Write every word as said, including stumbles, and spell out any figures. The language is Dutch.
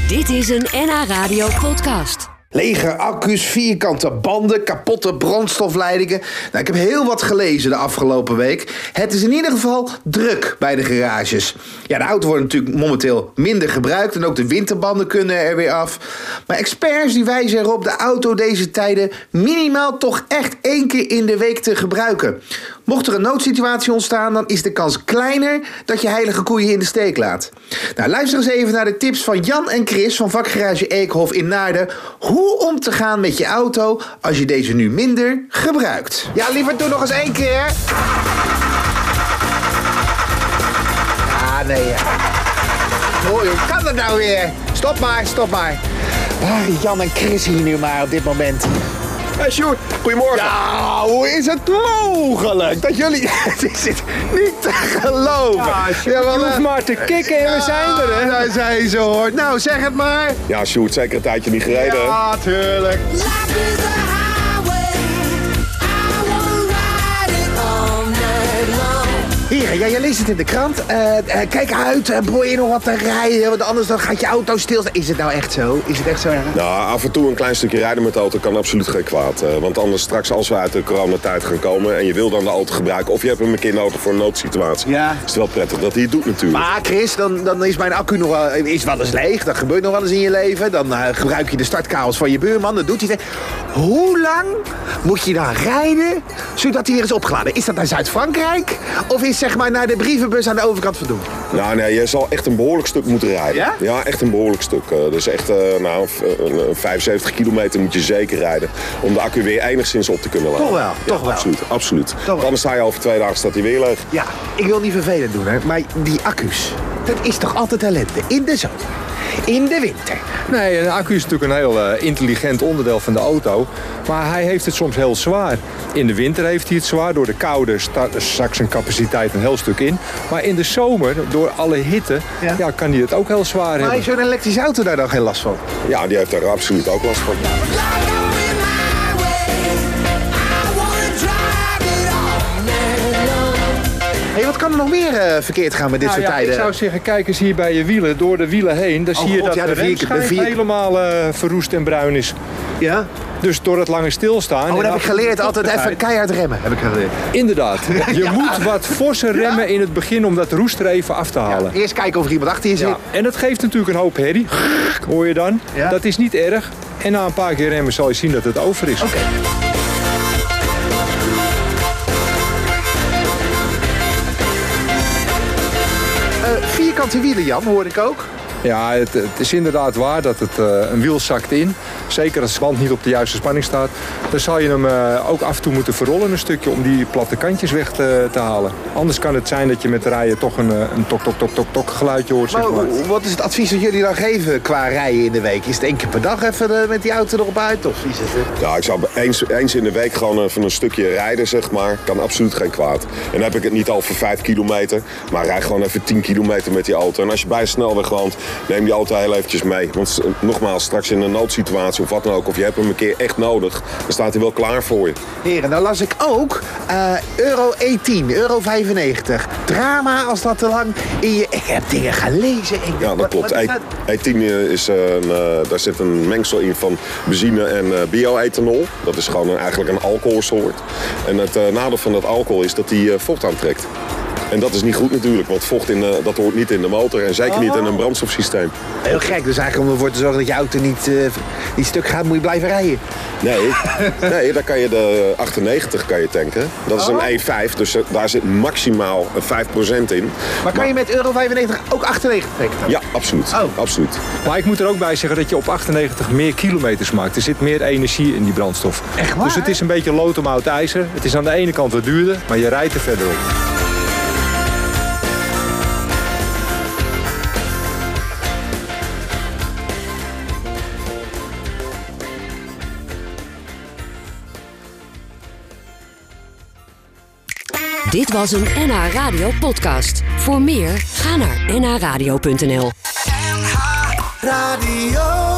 Dit is een N H Radio podcast. Lege accu's, vierkante banden, kapotte brandstofleidingen. Nou, ik heb heel wat gelezen de afgelopen week. Het is in ieder geval druk bij de garages. Ja, de auto wordt natuurlijk momenteel minder gebruikt en ook de winterbanden kunnen er weer af. Maar experts die wijzen erop de auto deze tijden minimaal toch echt één keer in de week te gebruiken. Mocht er een noodsituatie ontstaan, dan is de kans kleiner dat je heilige koeien in de steek laat. Nou, luister eens even naar de tips van Jan en Chris van vakgarage Eekhof in Naarden. Hoe om te gaan met je auto als je deze nu minder gebruikt. Ja, liever doe nog eens één keer. Ah, nee. Ja. Oh, hoe kan dat nou weer? Stop maar, stop maar. Waar is Jan en Chris hier nu maar op dit moment? Hey Sjoerd, goedemorgen. Ja, hoe is het mogelijk dat jullie... Het is het niet te geloven. Ja, Sjoerd, ja, je hoeft maar te kicken en we zijn er, hè. Daar zijn ze, hoor. Nou, zeg het maar. Ja, Sjoerd, zeker een tijdje niet gereden. hè? Ja, tuurlijk. Hier, ja, je leest het in de krant. Uh, uh, kijk uit, uh, probeer je nog wat te rijden, want anders dan gaat je auto stilstaan. Is het nou echt zo? Is het echt zo erg? Nou, af en toe een klein stukje rijden met de auto kan absoluut geen kwaad. Uh, want anders straks als we uit de coronatijd gaan komen en je wil dan de auto gebruiken of je hebt hem een keer nodig voor een noodsituatie. Ja. Is het wel prettig dat hij het doet natuurlijk. Maar Chris, dan, dan is mijn accu nog wel, is wel eens leeg. Dat gebeurt nog wel eens in je leven. Dan uh, gebruik je de startkabels van je buurman. Dat doet hij. Hoe lang moet je dan rijden zodat hij weer is opgeladen? Is dat naar Zuid-Frankrijk? Of is zeg maar naar de brievenbus aan de overkant van Doen? Nou nee, je zal echt een behoorlijk stuk moeten rijden. Ja? Ja, echt een behoorlijk stuk. Uh, dus echt uh, nou, een vijfenzeventig kilometer moet je zeker rijden om de accu weer enigszins op te kunnen laden. Toch wel, ja, toch wel. Absoluut, absoluut. Toch wel. Anders sta je over twee dagen staat hij weer leeg. Ja, ik wil niet vervelend doen, hè, maar die accu's, dat is toch altijd ellende? In de zomer, in de winter. Nee, een accu is natuurlijk een heel uh, intelligent onderdeel van de auto. Maar hij heeft het soms heel zwaar. In de winter heeft hij het zwaar. Door de koude zakt zijn capaciteit een heel stuk in. Maar in de zomer, door alle hitte, Ja. Ja, kan hij het ook heel zwaar Maar hebben. heeft zo'n elektrische auto daar dan geen last van? Ja, die heeft daar absoluut ook last van. Hé, wat kan er nog meer uh, verkeerd gaan met dit Nou soort ja, tijden? ik zou zeggen, kijk eens hier bij je wielen. Door de wielen heen, dan Oh zie je God, dat ja, de de vier- de remschijf vier- helemaal uh, verroest en bruin is. Ja? Dus door het lange stilstaan... Oh, en dat heb ik af en toe geleerd. Altijd even vochtigheid- keihard remmen, heb ik geleerd. Inderdaad. Je moet wat forser remmen in het begin om dat roest er even af te halen. Eerst kijken of er iemand achter je zit. Ja, en dat geeft natuurlijk een hoop herrie. Hoor je dan? Ja. Dat is niet erg. En na een paar keer remmen zal je zien dat het over is. Oké. Uh, vierkante wielen, Jan, hoorde ik ook. Ja, het, het is inderdaad waar dat het, uh, een wiel zakt in. Zeker als de band niet op de juiste spanning staat. Dan zal je hem uh, ook af en toe moeten verrollen een stukje om die platte kantjes weg te, te halen. Anders kan het zijn dat je met rijden toch een, een tok, tok, tok, tok, tok geluidje hoort. Maar Zeg maar. wat is het advies dat jullie dan geven qua rijden in de week? Is het één keer per dag even uh, met die auto erop uit? Of is het, uh... Ja, ik zou eens, eens in de week gewoon even een stukje rijden, zeg maar. Kan absoluut geen kwaad. En dan heb ik het niet al voor vijf kilometer, maar rij gewoon even tien kilometer met die auto. En als je bij een snelweg woont, neem die auto heel eventjes mee. Want nogmaals, straks in een noodsituatie of wat dan ook, of je hebt hem een keer echt nodig, dan staat hij wel klaar voor je. Heren, nou las ik ook uh, euro E tien, euro vijfennegentig. Drama als dat te lang in je... Ik heb dingen gelezen. Ik... Ja, dat wat, klopt. wat is E- dat? E tien is een, uh, daar zit een mengsel in van benzine en uh, bio-ethanol. Dat is gewoon een, eigenlijk een alcoholsoort. En het uh, nadeel van dat alcohol is dat die uh, vocht aantrekt. En dat is niet goed natuurlijk, want vocht in de, dat hoort niet in de motor en zeker niet in een brandstofsysteem. Heel gek, dus eigenlijk om ervoor te zorgen dat je auto niet, uh, niet stuk gaat, moet je blijven rijden. Nee, nee, daar kan je de achtennegentig kan je tanken. Dat is een E vijf, dus daar zit maximaal vijf procent in. Maar kan je met euro vijfennegentig ook achtennegentig tanken? Ja, absoluut. Oh. absoluut. Maar ik moet er ook bij zeggen dat je op achtennegentig meer kilometers maakt. Er zit meer energie in die brandstof. Echt waar? Dus het is een beetje lood om oud ijzer. Het is aan de ene kant wat duurder, maar je rijdt er verder op. Dit was een N H Radio podcast. Voor meer, ga naar n h radio punt n l. N H Radio.